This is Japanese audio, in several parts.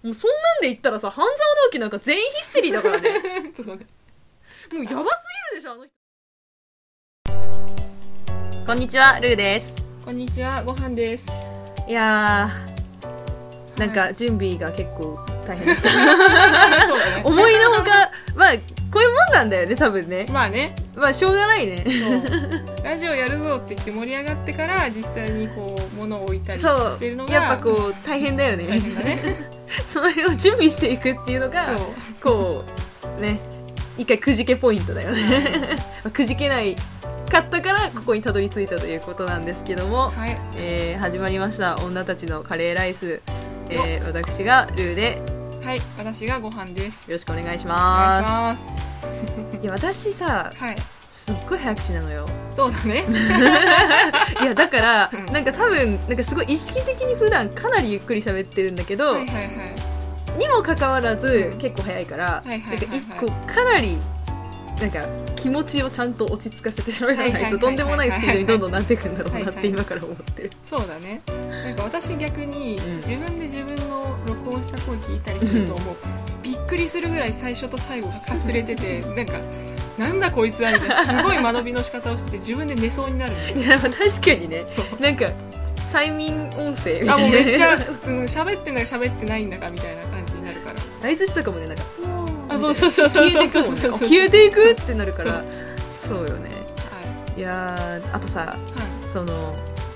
もうそんなんで言ったらさ、半沢直樹なんか全員ヒステリーだからねそうね。 もうやばすぎるでしょあの人。こんにちは、ルーです。 こんにちは、ごはんです。 いやー、なんか準備が結構大変だったそうだね。 思いのほか、まあこういうもんなんだよね、多分ね。 まあね、 まあしょうがないね。 そうラジオやるぞって言って盛り上がってから実際にこう物を置いたりそうしてるのがやっぱこう大変だよね。 大変だね。 その辺を準備していくっていうのがそうこうね、一回くじけポイントだよねくじけないかったからここにたどり着いたということなんですけども、 はい、 始まりました女たちのカレーライス、私がルーで、 はい、私がごはんです。 よろしくお願いしお願いしまます。 す。いや私さ、 はい、 すっごい早口なのよそうだね。 いやだからうんなんか多分なんかすごい意識的に普段かなりゆっくり喋ってるんだけど、 はいはいはい。 にもかかわらず結構早いから、 はいはいはいはいなんか一個かなりなんか気持ちをちゃんと落ち着かせてしまわないととんでもないスピードにどんどんなっていくんだろうなって今から思ってる。 そうだね。なんか私逆にん自分で自分の録音した声聞いたりするともうびっくりするぐらい最初と最後がかすれてて、なんだこいつはみたいなすごい間延びの仕方をして自分で寝そうになるんだよ。 いや確かにね、 そうなんか催眠音声みたいな、 あ、もうめっちゃ喋ってんだか喋ってないんだかみたいな感じになるから。 相槌とかもねなんかあ、そうそうそうそう消えていくもんね。消えていくってなるからそうよね。いやーあとさ、その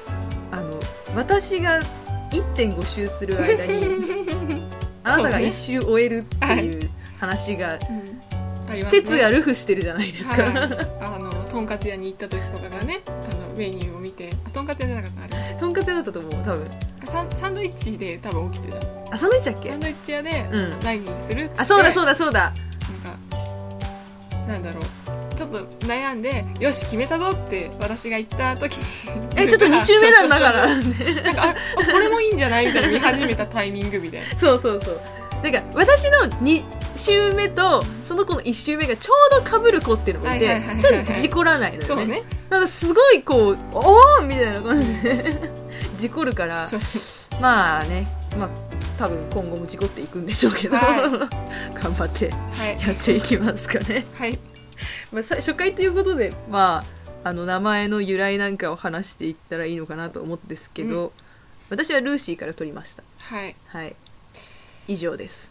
私が 1.5 周する間にあなたが1周終えるっていう話が、 ありますね。 説がルフしてるじゃないですか、 はい、とんかつ屋に行った時とかがね、メニューを見て、とんかつ屋じゃなかった、あれとんかつ屋だったと思う多分。 サンドイッチで多分起きてた。 あ、サンドイッチだっけ。 サンドイッチ屋で何にするっつって、 あ、そうだそうだそうだ、 なんだろう、ちょっと悩んでよし決めたぞって私が言った時にちょっと2周目なんだからなんかこれもいいんじゃないみたいな見始めたタイミングみたいなそうそうそう、なんか私の2周目とその子の1周目がちょうど被る子っていうのがいて、それ事故らないのよね。 そうね、 なんかすごいこうおーみたいな感じで事故るから、まあね、まあ多分今後も事故っていくんでしょうけど、頑張ってやっていきますかね。 はい、 まあ、初回ということで、まあ、名前の由来なんかを話していったらいいのかなと思うんですけど、私はルーシーから取りました。 はい、 はい、以上です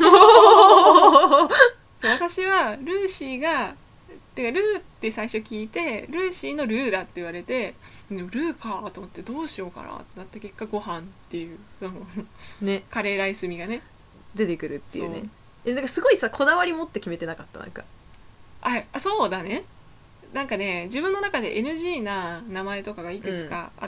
私はルーシーがてかルーって最初聞いてルーシーのルーだって言われて、でもルーかと思ってどうしようかなってなって結果ご飯っていうね、 カレーライス味がね出てくるっていうね。なんかすごいさこだわり持って決めてなかった？なんかあ、そうだね。なんかね、自分の中で NG な名前とかがいくつかあって、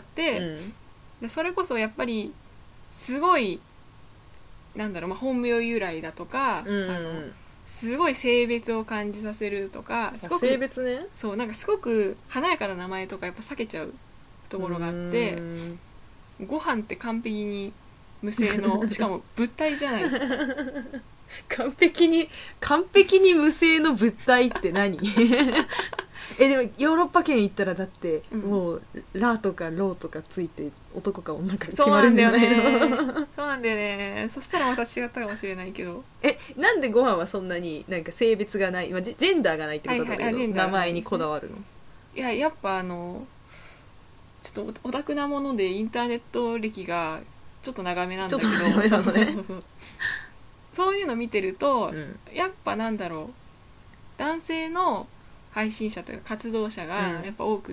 でそれこそやっぱりすごいなんだろう、本名由来だとか、すごい性別を感じさせるとか、すごく性別ね、 そうなんかすごく華やかな名前とかやっぱ避けちゃうところがあって、ご飯って完璧に無性のしかも物体じゃないですか完璧に無性の物体って何でもヨーロッパ圏行ったらだって、もうラとかロとかついて男か女か決まるんじゃないの？ そうなんだよね。そしたらまた違ったかもしれないけど、 なんでご飯はそんなになんか性別がない、ジェンダーがないってことだけど、名前にこだわるの？いや、やっぱちょっとオタクなものでインターネット歴がちょっと長めなんだけど、そういうの見てると、やっぱなんだろう、男性の配信者というか活動者がやっぱ多くって、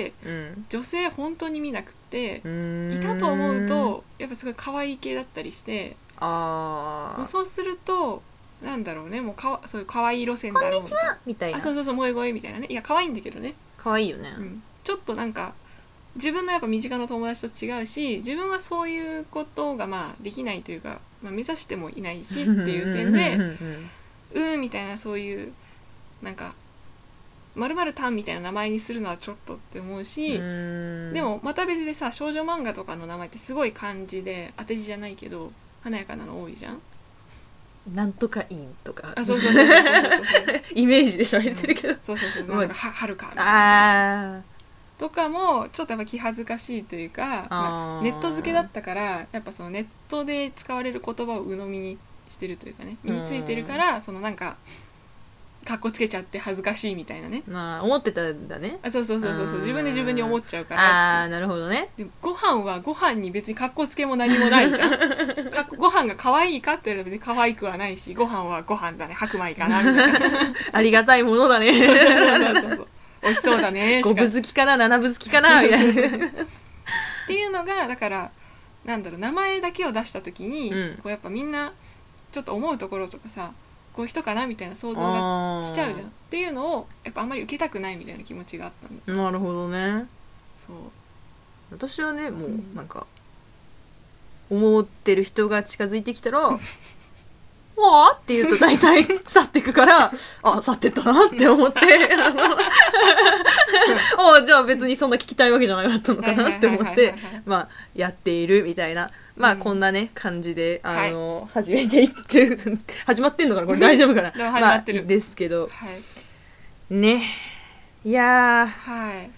女性本当に見なくって、いたと思うとやっぱすごい可愛い系だったりして、もうそうするとなんだろうね、もうそういう可愛い路線だろうこんにちはみたいな、 そう萌え声みたいなね。いや可愛いんだけどね、 可愛いよね、 ちょっとなんか自分のやっぱ身近な友達と違うし、自分はそういうことができないというか、目指してもいないしっていう点でみたいな、そういうなんか〇〇タンみたいな名前にするのはちょっとって思うし、でもまた別でさ、少女漫画とかの名前ってすごい漢字で当て字じゃないけど華やかなの多いじゃん。 なんとかインとか、 そうイメージで喋ってるけど、 なんかはるかとかもちょっとやっぱ気恥ずかしいというか、ネット付けだったからやっぱそのネットで使われる言葉を鵜呑みにしてるというかね、身についてるから、そのなんかかっこつけちゃって恥ずかしいみたいなね、 まあ思ってたんだね。 あ、そうそう自分で自分に思っちゃうからああ、なるほどね。 でもご飯はご飯に別にかっこつけも何もないじゃんご飯が可愛いかって言われたら別に可愛くはないし、ご飯はご飯だね、白米かなみたいなありがたいものだね。 そう美味しそうだね 5分好きかな7分好きかなみたいなっていうのが、だからなんだろう、名前だけを出した時に、こうやっぱみんなちょっと思うところとかさ、こういう人かなみたいな想像がしちゃうじゃんっていうのをやっぱあんまり受けたくないみたいな気持ちがあったんだ。 なるほどね。 そう私はね、もうなんか、思ってる人が近づいてきたらわーって言うと大体去ってくからあ、去ってったなって思ってあ、じゃあ別にそんな聞きたいわけじゃなかったのかなって思ってまあやっているみたいな、まあこんなね感じで始めていって始まってんのかなこれ大丈夫かな始まってる、 まあ、ですけど、 はい、 ね、いやー、 はい、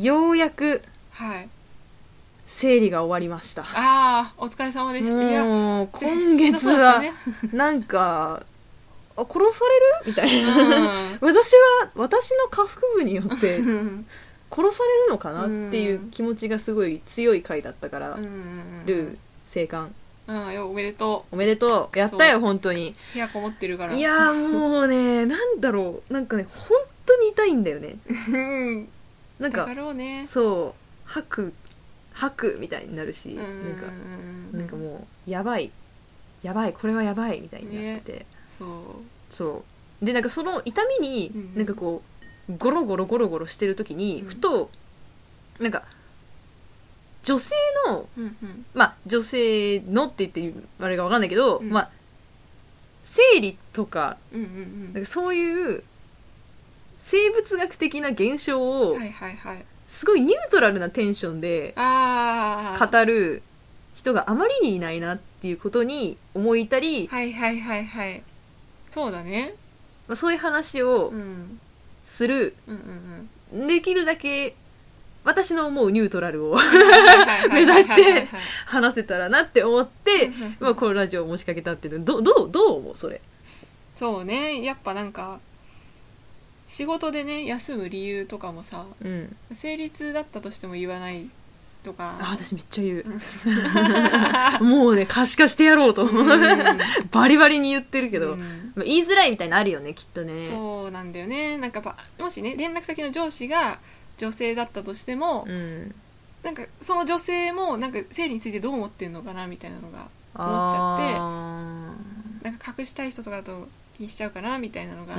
ようやくはい生理が終わりました。 ああ、お疲れ様でした。 もう今月はなんか殺されるみたいな、私の下腹部によって殺されるのかなっていう気持ちがすごい強い回だったから、ルー生還おめでとうおめでとう、やったよ本当に。 部屋こもってるから。 いやもうね、なんだろう、なんかね本当に痛いんだよねなんかだろうね、 そう吐くみたいになるし、なんかもうやばいこれはやばいみたいになってて、ね、そうでなんかその痛みになんかこうゴロゴロしてる時にふとなんか女性の、まあ女性のって言ってあれが分かんないけど、まあ生理とか、なんかそういう生物学的な現象をすごいニュートラルなテンションで語る人があまりにいないなっていうことに思い至り、 そうだね、 まあ、そういう話をする、できるだけ私の思うニュートラルを目指して話せたらなって思ってまあこのラジオを持ちかけたっていうのどう思うそれ。 そうね、やっぱなんか仕事でね休む理由とかもさ、生理痛だったとしても言わないとか。 あ、私めっちゃ言うもうね可視化してやろうとバリバリに言ってるけど、言いづらいみたいなのあるよねきっとね。 そうなんだよね。なんかもしね連絡先の上司が女性だったとしても、なんかその女性もなんか生理についてどう思ってんのかなみたいなのが思っちゃって、なんか隠したい人とかだと気にしちゃうかなみたいなのがあって、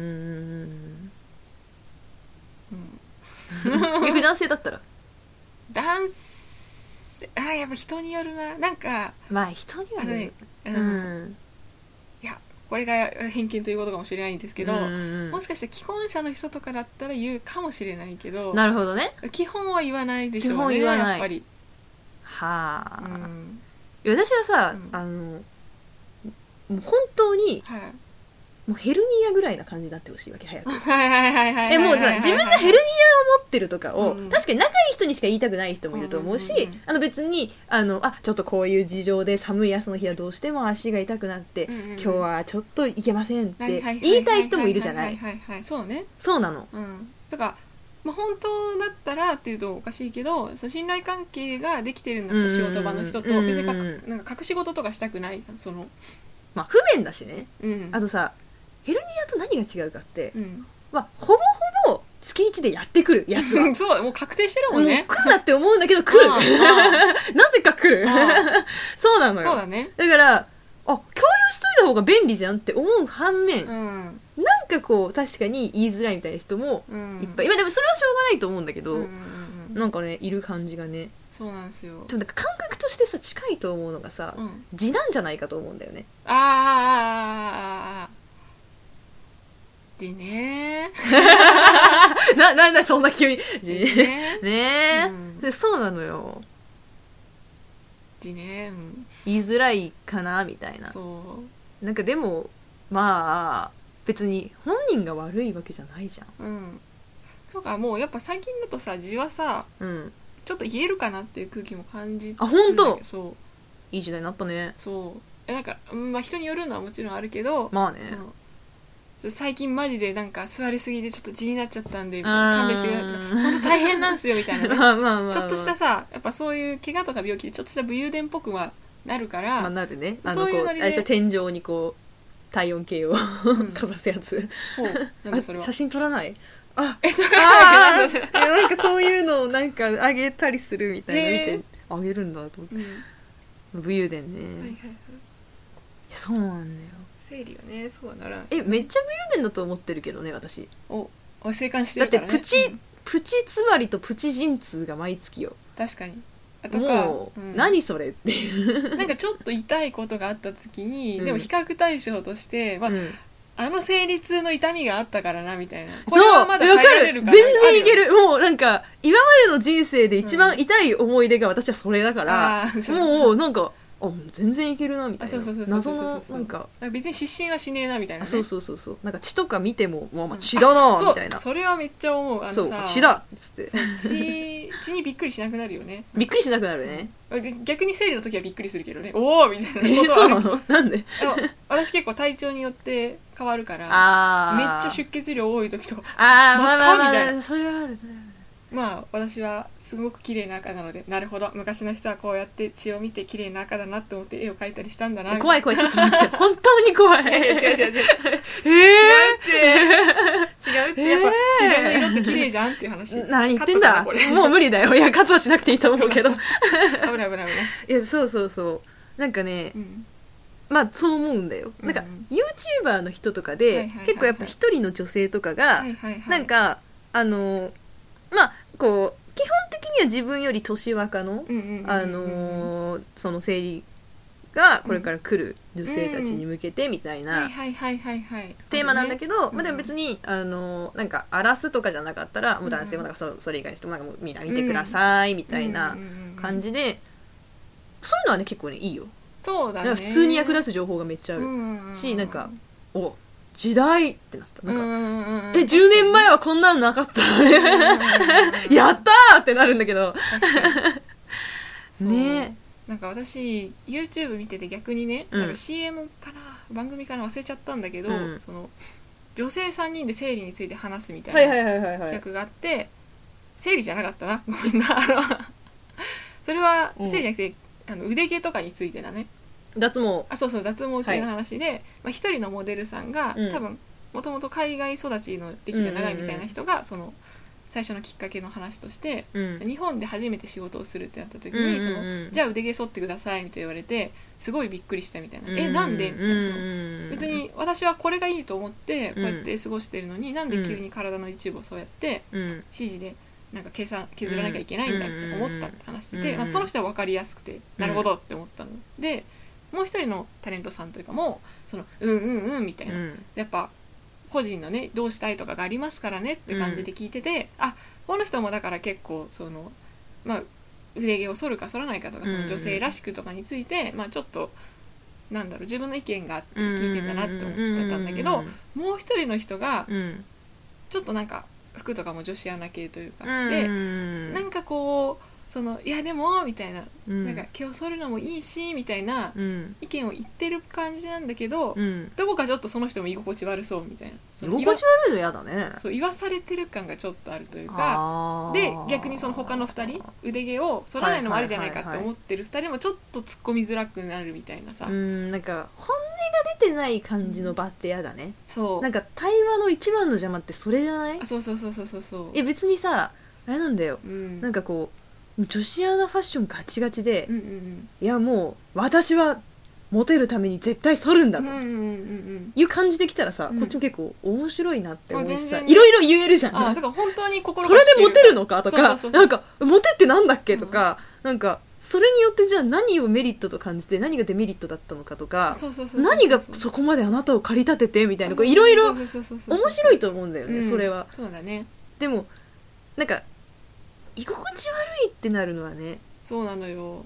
逆男性だったら男性やっぱ人によるな。なんかまあ人にはね、 いやこれが偏見ということかもしれないんですけど、もしかして既婚者の人とかだったら言うかもしれないけど、 なるほどね、 基本は言わないでしょうね。 基本言わないやっぱり。 はあ、私はさ、もう本当に、もうヘルニアぐらいな感じになってほしいわけ早く。もう自分がヘルニアを持ってるとかを、確かに仲いい人にしか言いたくない人もいると思うし、別にちょっとこういう事情で寒い朝の日はどうしても足が痛くなって、今日はちょっと行けませんって言いたい人もいるじゃない。 そうね、 そうなの。 だからまあ、本当だったらっていうとおかしいけど、その信頼関係ができてるんだったら仕事場の人と別になんか隠し事とかしたくない、そのまあ不便だしね、あとさヘルニアと何が違うかって、まあほぼほぼ月1でやってくるやつはそうもう確定してるもんね。 来るなって思うんだけど来るなぜか来るそうなのよ。 そうだね。 だから共有しといた方が便利じゃんって思う反面、なんかこう確かに言いづらいみたいな人もいっぱい、でもそれはしょうがないと思うんだけど、なんかねいる感じがね。 そうなんですよ。 ちょっと感覚としてさ近いと思うのがさ、次男じゃないかと思うんだよね。 次ねなんそんな急にねえ、そうなのよ。 次ね、 言いづらいかなみたいな。そうなんかでもまあ別に本人が悪いわけじゃないじゃん。 そうか、もうやっぱ最近だとさ字はさ、ちょっと言えるかなっていう空気も感じてるんだけど。 本当。そういい時代になったね。 そうなんか、まあ、人によるのはもちろんあるけど、 まあね、 最近マジでなんか座りすぎでちょっと血になっちゃったんでみたいな、勘弁してくださいとか本当大変なんすよみたいなねまあまあまあ、 ちょっとしたさやっぱそういう怪我とか病気でちょっとした武勇伝っぽくはなるから、 まあ、なるね。 そういうノリであれでしょ、天井にこう体温計をかざすやつ。 ほうなんだそれは写真撮らない？あ、 それあなんだそれなんかそういうのをなんかあげたりするみたいな見へて、あげるんだと思って。 うん武勇伝ね、 はいはいはい、 いやそうなんだよ。 生理はねそうはならない。 めっちゃ武勇伝だと思ってるけどね私。 お生還してだってるからね。 プチつわりとプチ陣痛が毎月よ。 確かに。あとかもう、何それっていうなんかちょっと痛いことがあった時に、 うんでも比較対象として、まあうんあの生理痛の痛みがあったからなみたいな。こそう、 れはわかまだ耐えられる。 る全から然いける。もうなんか、今までの人生で一番痛い思い出が私はそれだから、もうなんか、全然いけるなみたいな。 そう謎の、なんか、 別に失神はしねえなみたいな、ね、 そうなんか血とか見ても、まあ血だなみたいな。 それはめっちゃ思う。 そう、血だっつって。 血にびっくりしなくなるよね。 びっくりしなくなるね。 逆に生理の時はびっくりするけどね。おーみたいなことはそうなの？なんで？ 私結構体調によって変わるから、めっちゃ出血量多い時とか、 まあ、それはあるね。 まあ私はすごく綺麗な赤なので、なるほど昔の人はこうやって血を見て綺麗な赤だなって思って絵を描いたりしたんだな。 怖いちょっと待って本当に怖い。 違う違うってやっぱ自然の色って綺麗じゃんっていう話。 何言ってんだ、もう無理だよ。いやカットはしなくていいと思うけど危ないいやそうなんかね、まあそう思うんだよ。なんか YouTuber の人とかで結構やっぱ一人の女性とかがなんかまあこう基本的には自分より年若のその生理がこれから来る女性たちに向けてみたいなテーマなんだけど、まあでも別になんか荒らすとかじゃなかったらもう男性もなんかそれ以外の人もなんかもうみんな見てくださいみたいな感じで、そういうのはね結構ねいいよ。 そうだね。 普通に役立つ情報がめっちゃあるし、なんか時代ってなった。なんか10年前はこんなのなかったやったーってなるんだけどね。 なんか私 YouTube 見てて逆にね、なんか CM かな番組かな忘れちゃったんだけど、その女性3人で生理について話すみたいな企画があって、生理じゃなかったな、ごめんなそれは生理じゃなくて腕毛とかについてだね。 脱毛。 そう脱毛系の話で、一人のモデルさんが、多分もともと海外育ちの歴が長いみたいな人が、その最初のきっかけの話として、日本で初めて仕事をするってなった時に、じゃあ腕毛剃ってくださいみたいな言われてすごいびっくりしたみたいな、なんでみたいな、別に私はこれがいいと思ってこうやって過ごしてるのに、なんで急に体の一部をそうやって指示でなんか削らなきゃいけないんだって思ったって話してて、その人は分かりやすくてなるほどって思ったので、もう一人のタレントさんというかもそのみたいな、やっぱ個人のねどうしたいとかがありますからねって感じで聞いてて、この人もだから結構その腕毛を剃るか剃らないかとか、その女性らしくとかについて、ちょっとなんだろう自分の意見があって聞いてんだなって思ってたんだけど、もう一人の人がちょっとなんか服とかも女子アナ系というかで、なんかこうそのいやでもみたいな、なんか毛を剃るのもいいしみたいな意見を言ってる感じなんだけど、どこかちょっとその人も居心地悪そうみたいな、 居心地悪いの嫌だね。 そう言わされてる感がちょっとあるというかで、逆にその他の2人腕毛を剃らないのもあるじゃないかって思ってる2人もちょっと突っ込みづらくなるみたいなさ、 なんか本音が出てない感じの場って嫌だね。 そうなんか対話の一番の邪魔ってそれじゃない？ そう別にさあれなんだよ、なんかこう女子アナファッションガチガチで、いやもう私はモテるために絶対剃るんだという感じできたらさ、こっちも結構面白いなって思うしさ、いろいろ言えるじゃん。 だから本当に心それでモテるのかとか、なんかモテってなんだっけとか、なんかそれによってじゃあ何をメリットと感じて何がデメリットだったのかとか、何がそこまであなたを駆り立ててみたいないろいろ面白いと思うんだよね。それはそうだね。 でもなんか居心地悪いってなるのはね。 そうなのよ。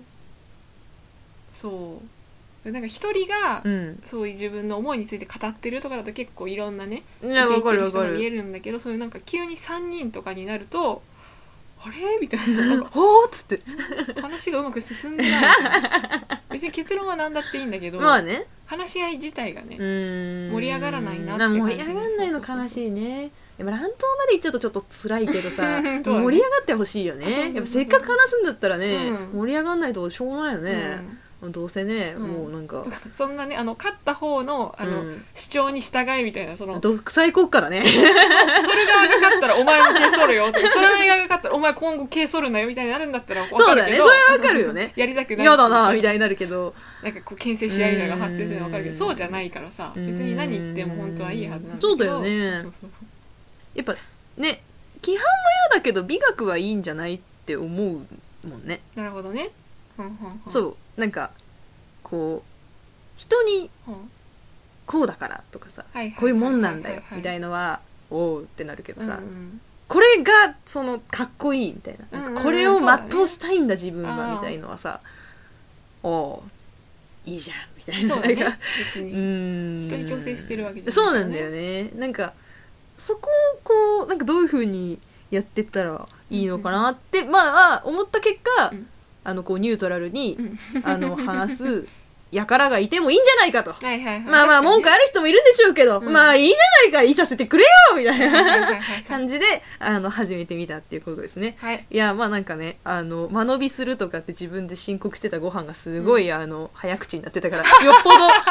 そうなんか一人が、そういう自分の思いについて語ってるとかだと結構いろんなね意見言ってる人も見えるんだけど、そういうなんか急に3人とかになるとあれみたいな、なんかほーっつって話がうまく進んでないみたいな別に結論は何だっていいんだけど、 まあね、 話し合い自体がね、 盛盛り上がらないなって感じ盛り上がらないの悲しいね。やっぱ乱闘まで行っちゃうとちょっと辛いけどさ、 そうだね盛り上がってほしいよね。 そうそうそうやっぱせっかく話すんだったらね、 うん盛り上がんないとしょうがないよね、どうせね、 うんもうなんかそんなね勝った方のうん主張に従いみたいな、その独裁国家だねそれ側が勝ったらお前も毛剃るよとか、それ側が勝ったらお前今後毛剃るなよみたいになるんだったら分かそうだね、 るけど、 それはわかるよねやりたくないし嫌だなみたいになるけど、 なんかこう牽制し合いながら発生するの分かるけど、 うんそうじゃないからさ、別に何言っても本当はいいはずなんだけど、 そうだよねそうそうそうやっぱね、規範は嫌だけど美学はいいんじゃないって思うもんね。 なるほどね、 そうなんかこう人にうんこうだからとかさ、 はいはいはいはいこういうもんなんだよはいみたいのはおうってなるけどさ、 うんこれがそのかっこいいみたいな、 うんうんうんこれをそうだね全うしたいんだ自分はあーみたいのはさ、おういいじゃんみたいな、 そうだねなんか別に人人に強制してるわけじゃないそうなんだよね。なんかそこをこうなんかどういう風にやってったらいいのかなって、まあ思った結果、 うんこうニュートラルに、 うん話す輩がいてもいいんじゃないかと。 はいはいはい、 まあまあ文句ある人もいるんでしょうけど、 うんまあいいじゃないか、言いさせてくれよみたいはいはいはいなはい感じで始めてみたっていうことですね。 はいいやまあなんかね間延びするとかって自分で申告してたご飯がすごい、早口になってたからよっぽ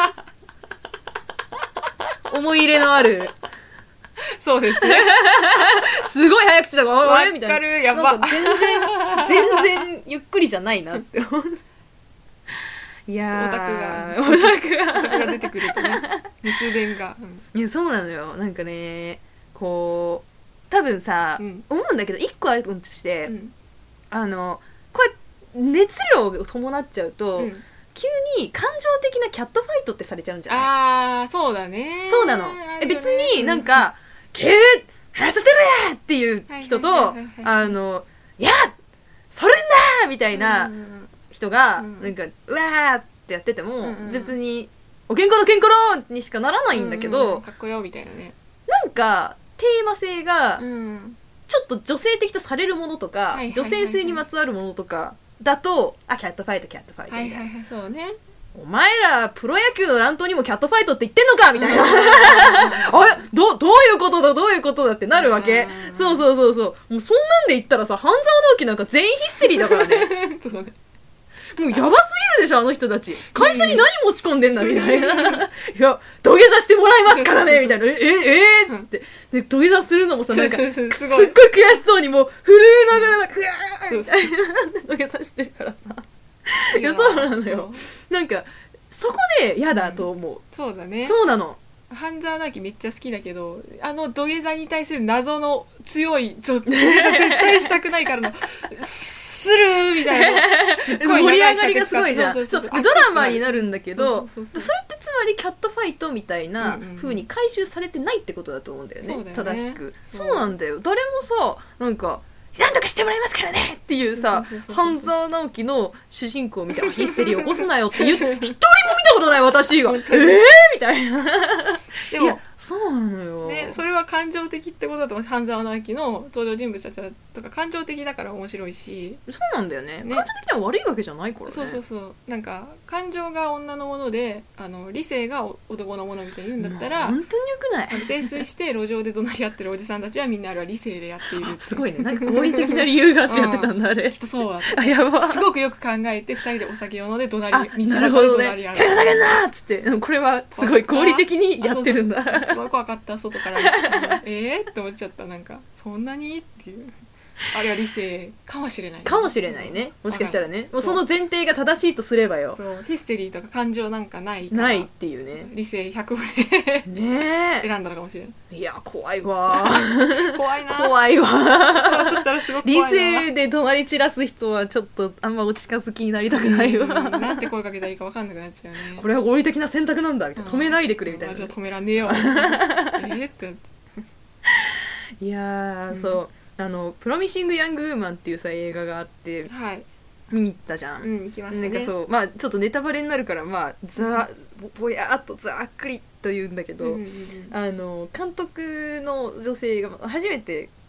ど思い入れのあるそうですねすごい早口だからわあれみたいな、 かる、やばなんか全然ゆっくりじゃないなって思ういやーオタクがオタクがオタクが出てくるとね熱弁が、 いやそうなのよ。なんかねこう多分さ、 うん思うんだけど一個あるとして、 うんこれ熱量が伴っちゃうと、 うん急に感情的なキャットファイトってされちゃうんじゃない？ ああそうだね、 そうなの。 あるよね別になんか「けー生やさせろや!」っていう人とはいはいはい 「いやそれんだ!」みたいなうんうんうん人がうんなんか「うわー!」ってやってても、 うんうん別に「お健康の健康の!」にしかならないんだけど、 うんうんかっこよみたいなね、 なんかテーマ性がうんちょっと女性的とされるものとか、 はいはいはいはい女性性にまつわるものとかだとキャットファイトキャットファイトみたいな、 はいはいはいそうねお前らプロ野球の乱闘にもキャットファイトって言ってんのかみたいなあれどういうことだどういうことだってなるわけ。そうもうそんなんで言ったらさ半沢直樹なんか全員ヒステリーだからねそうねもうやばすぎるでしょあの人たち会社に何持ち込んでんだみたいないや土下座してもらいますからねみたいなってで土下座するのもさなんかそうすっごい悔しそうにもう震えながらクワーみたいな土下座してるからさいやそうなのよ。なんかそこで嫌だと思う、 そうだねそうなの。 半沢直樹めっちゃ好きだけど土下座に対する謎の強い土下座絶対したくないからのするみたいなすっごい盛り長い上がりがすごいじゃん。 そうそうでドラマになるんだけどそうそれってつまりキャットファイトみたいなうんうん風に回収されてないってことだと思うんだよね、 そうだよね正しく。 そうそうなんだよ。誰もさなんかなんとかしてもらいますからねっていうさそうそうそうそう半沢直樹の主人公みたいなヒステリー起こすなよって言う一人も見たことない私がみたいなでいやもそうなのよ、 ね、それは感情的ってことだと思う。半沢直樹の登場人物たちとか感情的だから面白いし、 そうなんだよね。 ね感情的には悪いわけじゃないからね。 そうなんか感情が女のもので理性が男のものみたいに言うんだったら、 本当に良くない。 泥酔して路上で怒鳴り合ってるおじさんたちはみんなあれは理性でやっているすごいね。なんか合理的な理由があってやってたんだあれ。 きっとそうだとあやば。 すごくよく考えて2人でお酒を飲んで怒鳴あり道なるほど端で怒鳴りね。 合う手が下げんなーっつって。これはすごい合理的にやってるんだ。 そうすごい怖かった外からって思っちゃった。なんかそんなにっていうあれは理性かもしれない、 かもしれないね。もしかしたらね。もうそのそう前提が正しいとすればよ。 そうヒステリーとか感情なんかないからないっていうね。 理性100分でね選んだのかもしれないえ。いや怖いわ。 怖いな怖いわ。 そうだとしたらすごく理怖いな性で怒鳴り散らす人はちょっとあんまお近づきになりたくないわ。 なんて声かけたらいいか分かんなくなっちゃうねこれは合理的な選択なんだみたいな。止めないでくれみたいなじゃあ。止めらんねえよってなっちゃういやー、そうプロミシング・ヤング・ウーマンっていうさ映画があってはい見に行ったじゃん、 行きましたねなんかそうまあちょっとネタバレになるからまあぼやーっとざっくりと言うんだけど、 うんうんうん監督の女性が初めて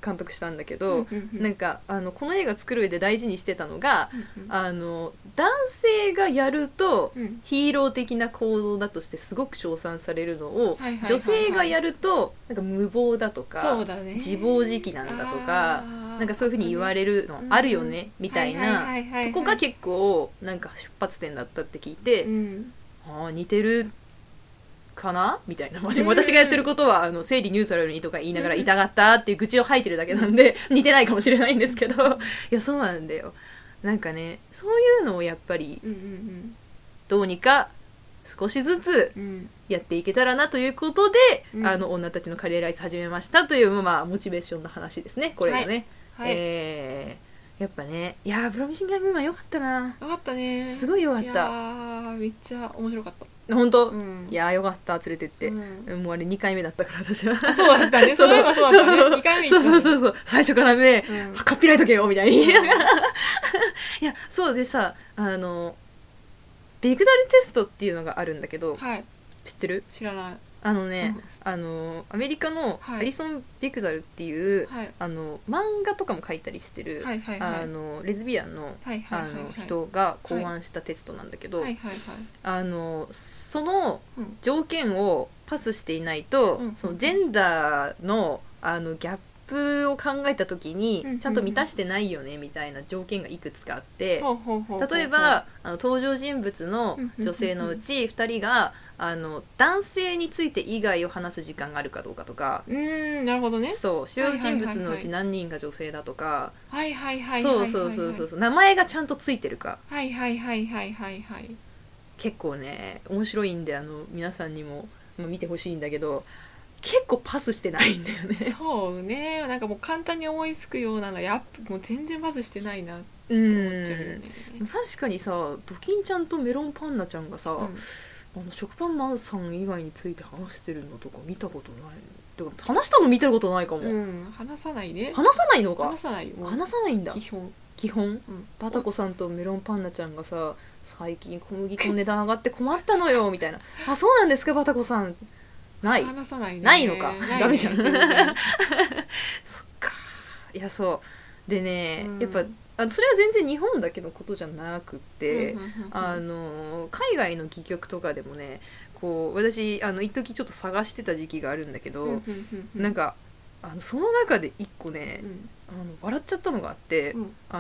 監督したんだけど、 うんうんうんなんかこの映画作る上で大事にしてたのが、 うん男性がやるとうんヒーロー的な行動だとしてすごく称賛されるのを、 はいはいはいはい女性がやるとなんか無謀だとかそうだね自暴自棄なんだとかあーなんかそういう風に言われるのあるよね、みたいなはいはいはいはいはいとこが結構なんか出発点だったって聞いて、 うんああ似てるかなみたいな、私がやってることは生理ニュートラルにとか言いながら痛がったっていう愚痴を吐いてるだけなんで似てないかもしれないんですけどいやそうなんだよ。なんかねそういうのをやっぱりうんうんどうにか少しずつうんうんやっていけたらなということで、 うん女たちのカレーライス始めましたという、まあ、モチベーションの話ですねこれがね、 はいやっぱねいやープロミシング・ヤング・ウーマンよかったな、 よかったねすごいよかっいやたーめっちゃ面白かった本当、 うんいやーよかった連れてって、 うんもうあれ2回目だったから私はそうだったねそういえばそうだったね2回目行ったねそう最初から目、 うんかっぴらいとけよみたいにいやそうでさビグダルテストっていうのがあるんだけどはい知ってる？ 知らないアメリカのはいアリソン・ビグザルっていう、 はい漫画とかも書いたりしてる、 はいはいはいレズビアンの、 はいはいはいはい人が考案したテストなんだけど、 はいはいそのうん条件をパスしていないと、 うんそのジェンダーのギャップを考えた時にうんちゃんと満たしてないよねみたいな条件がいくつかあって、 ほうほうほうほう例えば登場人物の女性のうち2人が男性について以外を話す時間があるかどうかとか、 なるほどねそう主要人物のうちはい何人が女性だとか、 はいはいはいはいそうはいそう名前がちゃんとついてるか、 はいはいはいはいはいはい結構ね面白いんで皆さんにも見てほしいんだけど結構パスしてないんだよねそうねなんかもう簡単に思いつくようなのやっぱもう全然パスしてないなってうん思っちゃうよね確かにさドキンちゃんとメロンパンナちゃんがさ、食パンマンさん以外について話してるのとか見たことない。てか話したの見たことないかも、 話さないね話さないのか。 話さないよ話さないんだ基本バタコさんとメロンパンナちゃんがさ最近小麦粉の値段上がって困ったのよみたいなあそうなんですかバタコさんない話さないねないのかないねダメじゃん全然そっかいやそうでね、 うんやっぱそれは全然日本だけのことじゃなくって、海外の戯曲とかでもねこう私一時ちょっと探してた時期があるんだけど、なんかその中で一個ね、笑っちゃったのがあって、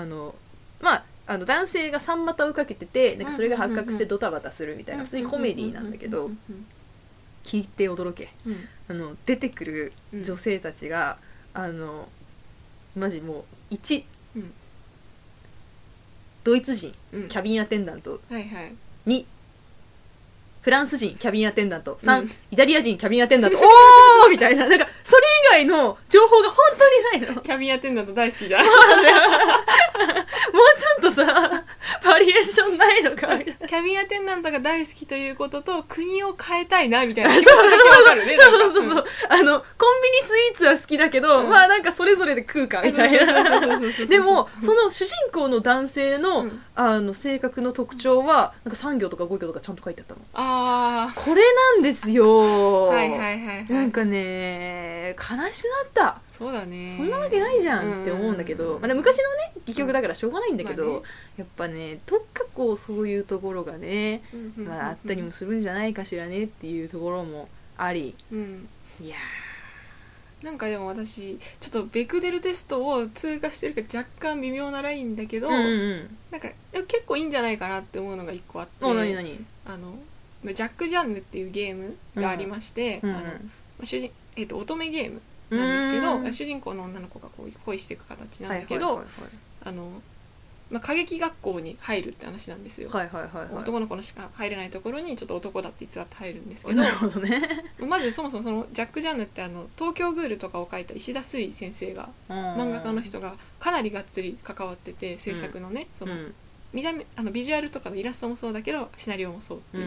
男性が三股をかけててなんかそれが発覚してドタバタするみたいな普通にコメディなんだけど聞いて驚け出てくる女性たちがマジもう1、ドイツ人キャビンアテンダント、 はいはい 2フランス人キャビンアテンダント3、 うんイタリア人キャビンアテンダントおーみたいななんかそれ以外の情報が本当にないのキャビンアテンダント大好きじゃんもうちょっとさバリエーションないのかみたいなキャビンアテンダントが大好きということと国を変えたいなみたいな気持ちだけわかるねそうコンビニスイーツは好きだけど、まあなんかそれぞれで食うかみたいなでもその主人公の男性の、性格の特徴はなんか3行とか5行とかちゃんと書いてあったのこれなんですよなんかね悲しくなったそうだねそんなわけないじゃんって思うんだけど、で昔のね戯曲だからしょうがないんだけど、やっぱねどっかこうそういうところがね、あったりもするんじゃないかしらねっていうところもあり、いやなんかでも私ちょっとベクデルテストを通過してるから若干微妙なラインだけど、なんか結構いいんじゃないかなって思うのが一個あって、ジャック・ジャンヌっていうゲームがありまして、乙女ゲームなんですけど、主人公の女の子がこう恋していく形なんだけど歌劇学校に入るって話なんですよ、男の子のしか入れないところにちょっと男だって偽って入るんですけど、 なるほどねまずそもそもそのジャック・ジャンヌって東京グールとかを書いた石田水先生が漫画家の人がかなりがっつり関わってて制作のね、その見た目ビジュアルとかのイラストもそうだけどシナリオもそうっていう、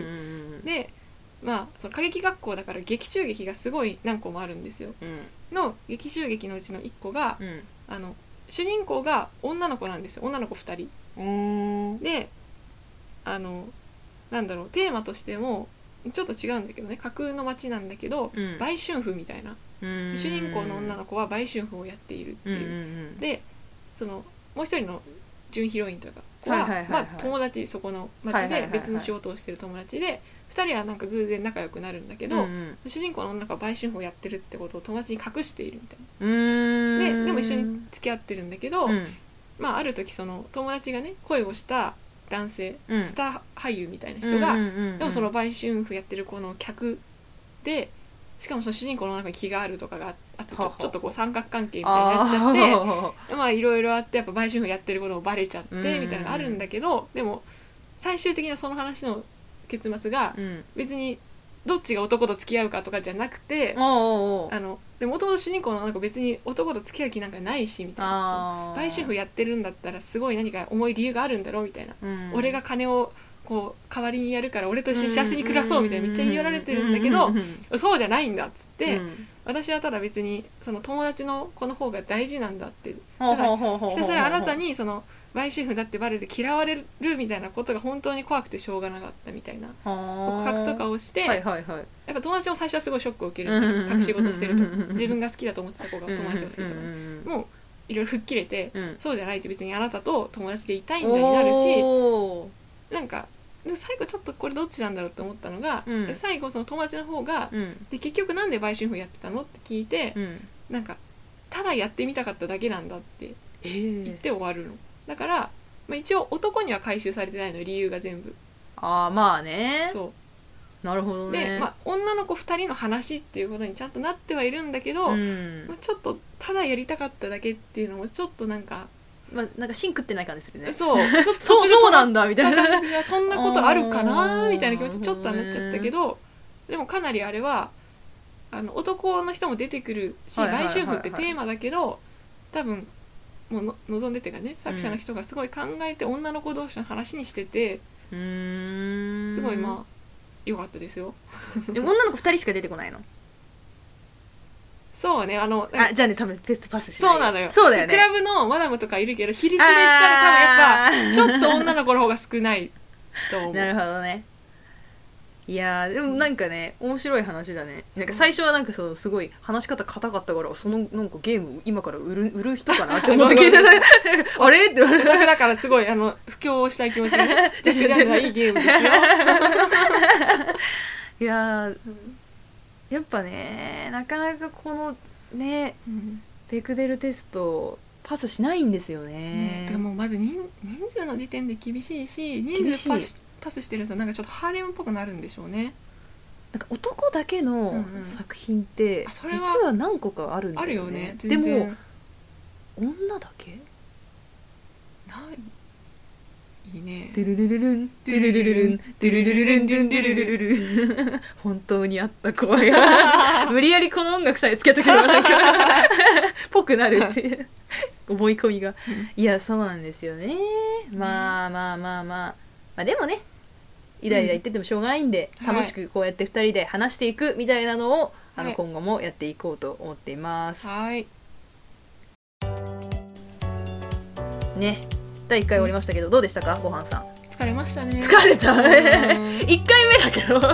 でその歌劇学校だから劇中劇がすごい何個もあるんですよ、の劇中劇のうちの1個が、主人公が女の子なんですよ女の子2人でなんだろうテーマとしてもちょっと違うんだけどね、架空の街なんだけど、売春婦みたいな、主人公の女の子は売春婦をやっているっていう、でそのもう一人の準ヒロインというか子は友達、そこの町で別の仕事をしてる友達で、2人はなんか偶然仲良くなるんだけど、主人公の女の子は売春婦をやってるってことを友達に隠しているみたいな。でも一緒に付き合ってるんだけど、まあある時その友達がね恋をした男性、スター俳優みたいな人が、でもその売春婦やってる子の客で、しかもその主人公の中に気があるとかがあってちょっとこう三角関係みたいになっちゃってまあいろいろあってやっぱ売春婦やってることもバレちゃってみたいなのがあるんだけど、でも最終的なその話の結末が別にどっちが男と付き合うかとかじゃなくて、でもともと主人公のなんか別に男と付き合う気なんかないしみたいな、売春婦やってるんだったらすごい何か重い理由があるんだろうみたいな、俺が金をこう代わりにやるから俺と一緒に幸せに暮らそうみたいなめっちゃ言われてるんだけど、そうじゃないんだっつって、私はただ別にその友達の子の方が大事なんだって、ただひたすらあなたにその売春婦だってバレて嫌われるみたいなことが本当に怖くてしょうがなかったみたいな告白とかをして、やっぱ友達も最初はすごいショックを受けるんだ、隠し事してると自分が好きだと思ってた子が友達をするとか、もういろいろ吹っ切れて、そうじゃないって別にあなたと友達でいたいんだになるし、なんか最後ちょっとこれどっちなんだろうって思ったのが、最後その友達の方が、で結局なんで売春婦やってたのって聞いて、なんかただやってみたかっただけなんだって言って終わるの。だから、まあ、一応男には回収されてないの、理由が全部。 まあね。 そうなるほどね。 で、まあ、女の子2人の話っていうことにちゃんとなってはいるんだけど、まあ、ちょっとただやりたかっただけっていうのもちょっとなんか、 まあ、なんか芯食ってない感じするね。 そうそうなんだみたいな感じが、そんなことあるかなみたいな気持ちちょっとはなっちゃったけど、でもかなりあれは男の人も出てくるし、売春婦ってテーマだけど、多分もう望んでてかね、作者の人がすごい考えて女の子同士の話にしてて、すごいまあ良かったですよ。 女の子2人しか出てこないの？ そうね、 じゃあね、多分ベストパスしない。 そうなのよ。 そうだよね。 クラブのマダムとかいるけど、比率で言ったら多分やっぱちょっと女の子の方が少ないと思う。 なるほどね。いやでもなんかね、面白い話だね。なんか最初はなんかそうすごい話し方硬かったから、そのなんかゲーム今から売る人かなって思って聞いてた。あれってだからすごい布教したい気持ちがね、ジャスジャンがいいゲームですよ。 いややっぱね、なかなかこのね、ベクデルテストパスしないんですよね。 でもまず人数の時点で厳しいし、人数パスしてるとなんかちょっとハーレムっぽくなるんでしょうね。 なんか男だけの作品って実は何個かあるんだよね。 あるよね。 でも女だけないいね。 ドゥルルルルンドゥルルルルンドゥルルルルンドゥルルルルルン本当にあった怖い話。無理やりこの音楽さえつけとけばなんかぽくなるっていう思い込みが、いやそうなんですよね。まあでもね、イライラ言っててもしょうがないんで、楽しくこうやって2人で話していくみたいなのを今後もやっていこうと思っています。 はいね、第1回終わりましたけどどうでしたか、ごはんさん。 疲れましたね。 疲れた。1回目だけど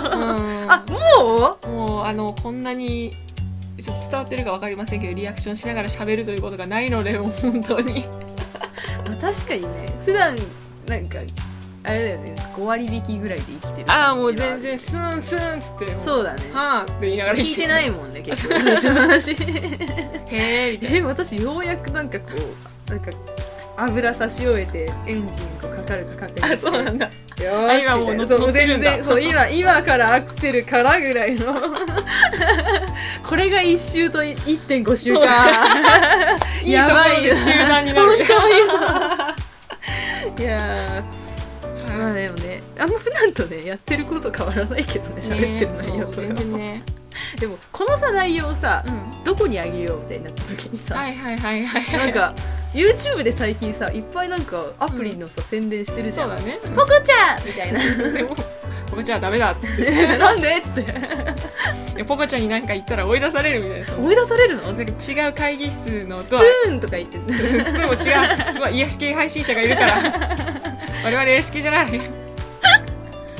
もうこんなにちょっと伝わってるか分かりませんけど、リアクションしながら喋るということがないので、もう本当に確かにね、普段なんかあれだよね、5割引きぐらいで生きてる。 もう全然スーンスーンっつって、 そうだね、 はぁって言いながら聞いてないもんね結構私の話。へーみたいな。 私ようやくなんかこうなんか油差し終えてエンジンがかかるか確認して、 そうなんだ。 よーし、 今もう乗ってるんだ。 そう今からアクセルからぐらいのこれが1周と 1.5 周か。やばいよ、 中断になる。 本当にいやまあでもね、あんま普段とねやってること変わらないけどね、喋ってる内容とかも、 全然ね。 でもこのさ内容をさ、どこにあげようみたいになった時にさ、なんか YouTube で最近さいっぱいなんかアプリのさ、宣伝してるじゃん。 そうだね。 ポコちゃんみたいな。 でもポコちゃんはダメだっつってなんでっつっていやポコちゃんになんか言ったら追い出されるみたいな。 追い出されるの？ なんか違う会議室のスプーンとか言ってる。 スプーンも違う癒し系配信者がいるから我々癒し系じゃない。 違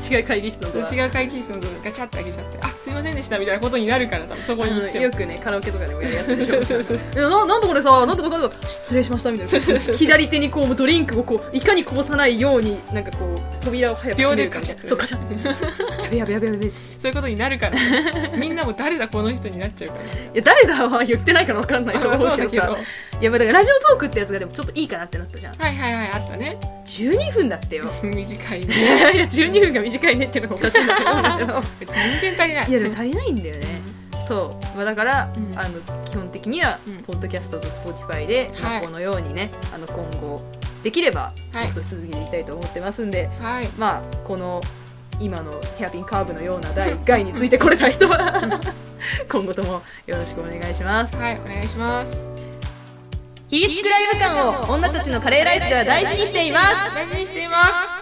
違う会議室のドア、 違う会議室のドアガチャって開けちゃってあすいませんでしたみたいなことになるから多分そこに行ってもよくねカラオケとかでもやるやつでしょそうそういやなんでこれさなんとかなんとか失礼しましたみたいな左手にこうドリンクをこういかにこぼさないようになんかこう扉を早く閉めるか秒でカチャッてそうカチャッやべやべやべやべそういうことになるからみんなも誰だこの人になっちゃうからいや誰だは言ってないから分かんないと思うけどさそうだいやまあだからラジオトークってやつがでもちょっといいかなってなったじゃんはいはいはいあったね 12分だってよ短いいねやいや12分が短いねっていうのがおかしいんだと思うんだけど全然足りないいやでも足りないんだよね、そう、まあ、だから、 うん基本的には、ポッドキャストと Spotify で、まあ、このようにね今後できれば、少し続けていきたいと思ってますんで、 はいまあこの今のヘアピンカーブのような第1回についてこれた人は今後ともよろしくお願いします。 はいお願いしますヒーツクライブ感を女たちのカレーライスでは大事にしています。 大事にしています